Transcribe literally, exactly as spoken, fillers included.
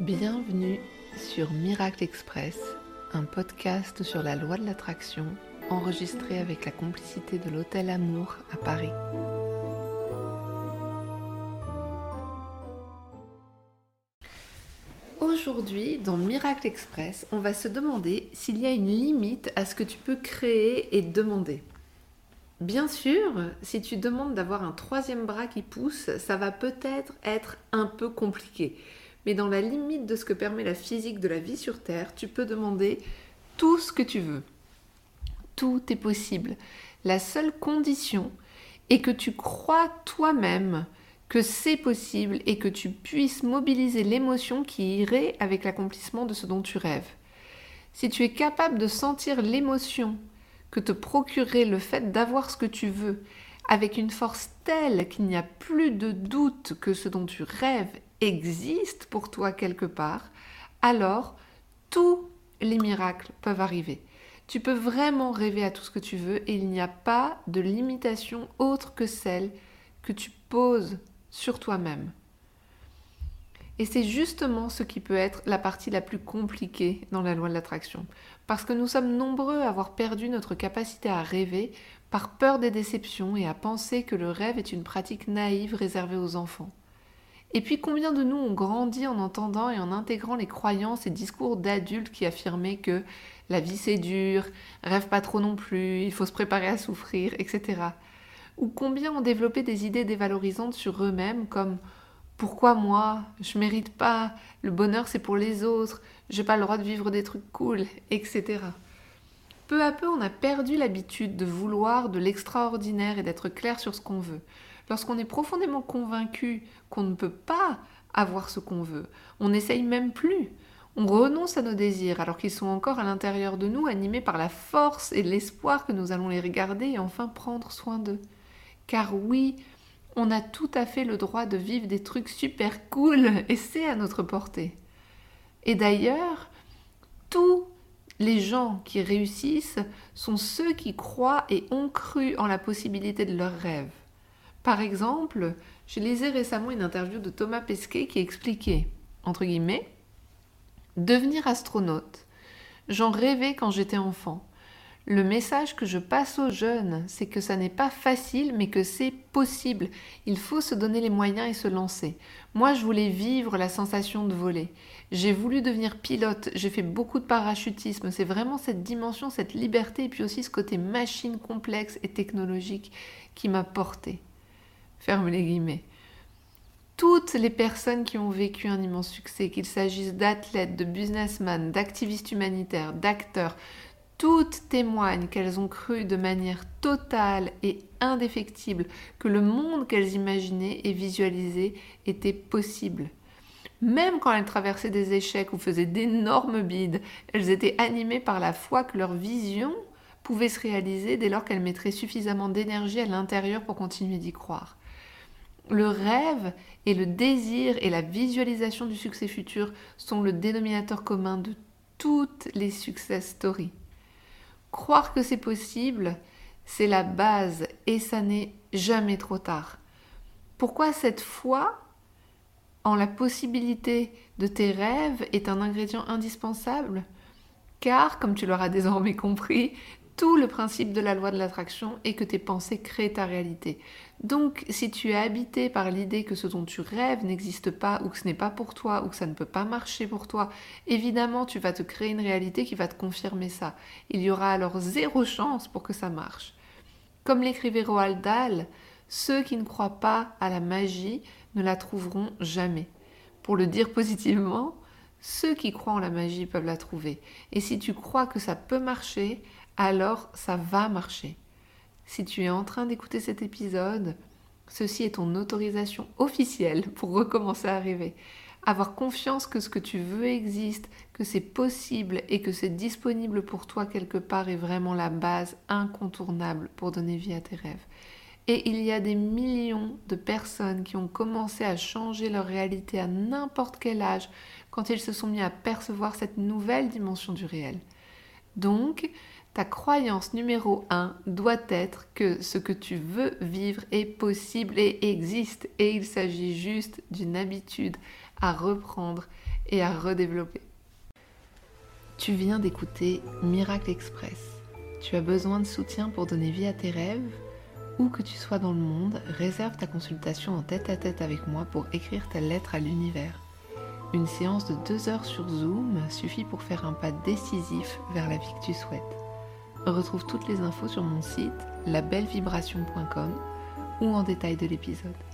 Bienvenue sur Miracle Express, un podcast sur la loi de l'attraction enregistré avec la complicité de l'Hôtel Amour à Paris. Aujourd'hui, dans Miracle Express, on va se demander s'il y a une limite à ce que tu peux créer et demander. Bien sûr, si tu demandes d'avoir un troisième bras qui pousse, ça va peut-être être un peu compliqué. Mais dans la limite de ce que permet la physique de la vie sur Terre, tu peux demander tout ce que tu veux. Tout est possible. La seule condition est que tu crois toi-même que c'est possible et que tu puisses mobiliser l'émotion qui irait avec l'accomplissement de ce dont tu rêves. Si tu es capable de sentir l'émotion que te procurerait le fait d'avoir ce que tu veux, avec une force telle qu'il n'y a plus de doute que ce dont tu rêves existe pour toi quelque part, alors tous les miracles peuvent arriver. Tu peux vraiment rêver à tout ce que tu veux et il n'y a pas de limitation autre que celle que tu poses sur toi-même. Et c'est justement ce qui peut être la partie la plus compliquée dans la loi de l'attraction. Parce que nous sommes nombreux à avoir perdu notre capacité à rêver par peur des déceptions et à penser que le rêve est une pratique naïve réservée aux enfants. Et puis combien de nous ont grandi en entendant et en intégrant les croyances et discours d'adultes qui affirmaient que la vie c'est dur, rêve pas trop non plus, il faut se préparer à souffrir, et cetera. Ou combien ont développé des idées dévalorisantes sur eux-mêmes comme « Pourquoi moi ? Je mérite pas, le bonheur c'est pour les autres, j'ai pas le droit de vivre des trucs cool, et cetera » Peu à peu, on a perdu l'habitude de vouloir de l'extraordinaire et d'être clair sur ce qu'on veut. Lorsqu'on est profondément convaincu qu'on ne peut pas avoir ce qu'on veut, on n'essaye même plus. On renonce à nos désirs alors qu'ils sont encore à l'intérieur de nous, animés par la force et l'espoir que nous allons les regarder et enfin prendre soin d'eux. Car oui, on a tout à fait le droit de vivre des trucs super cool et c'est à notre portée. Et d'ailleurs, tous les gens qui réussissent sont ceux qui croient et ont cru en la possibilité de leurs rêves. Par exemple, je lisais récemment une interview de Thomas Pesquet qui expliquait, entre guillemets, « Devenir astronaute, j'en rêvais quand j'étais enfant. Le message que je passe aux jeunes, c'est que ça n'est pas facile, mais que c'est possible. Il faut se donner les moyens et se lancer. Moi, je voulais vivre la sensation de voler. J'ai voulu devenir pilote, j'ai fait beaucoup de parachutisme. C'est vraiment cette dimension, cette liberté, et puis aussi ce côté machine complexe et technologique qui m'a portée. » Ferme les guillemets. Toutes les personnes qui ont vécu un immense succès, qu'il s'agisse d'athlètes, de businessmen, d'activistes humanitaires, d'acteurs, toutes témoignent qu'elles ont cru de manière totale et indéfectible que le monde qu'elles imaginaient et visualisaient était possible. Même quand elles traversaient des échecs ou faisaient d'énormes bides, elles étaient animées par la foi que leur vision pouvait se réaliser dès lors qu'elles mettraient suffisamment d'énergie à l'intérieur pour continuer d'y croire. Le rêve et le désir et la visualisation du succès futur sont le dénominateur commun de toutes les success stories. Croire que c'est possible, c'est la base et ça n'est jamais trop tard. Pourquoi cette foi en la possibilité de tes rêves est un ingrédient indispensable ? Car, comme tu l'auras désormais compris, tout le principe de la loi de l'attraction est que tes pensées créent ta réalité. Donc, si tu es habité par l'idée que ce dont tu rêves n'existe pas, ou que ce n'est pas pour toi, ou que ça ne peut pas marcher pour toi, évidemment, tu vas te créer une réalité qui va te confirmer ça. Il y aura alors zéro chance pour que ça marche. Comme l'écrivait Roald Dahl, ceux qui ne croient pas à la magie ne la trouveront jamais. Pour le dire positivement, ceux qui croient en la magie peuvent la trouver. Et si tu crois que ça peut marcher, alors ça va marcher. Si tu es en train d'écouter cet épisode, ceci est ton autorisation officielle pour recommencer à rêver. Avoir confiance que ce que tu veux existe, que c'est possible et que c'est disponible pour toi quelque part est vraiment la base incontournable pour donner vie à tes rêves. Et il y a des millions de personnes qui ont commencé à changer leur réalité à n'importe quel âge quand ils se sont mis à percevoir cette nouvelle dimension du réel. Donc, ta croyance numéro un doit être que ce que tu veux vivre est possible et existe. Et il s'agit juste d'une habitude à reprendre et à redévelopper. Tu viens d'écouter Miracle Express. Tu as besoin de soutien pour donner vie à tes rêves? Où que tu sois dans le monde, réserve ta consultation en tête-à-tête avec moi pour écrire ta lettre à l'univers. Une séance de deux heures sur Zoom suffit pour faire un pas décisif vers la vie que tu souhaites. Retrouve toutes les infos sur mon site la belle vibration point com ou en détail de l'épisode.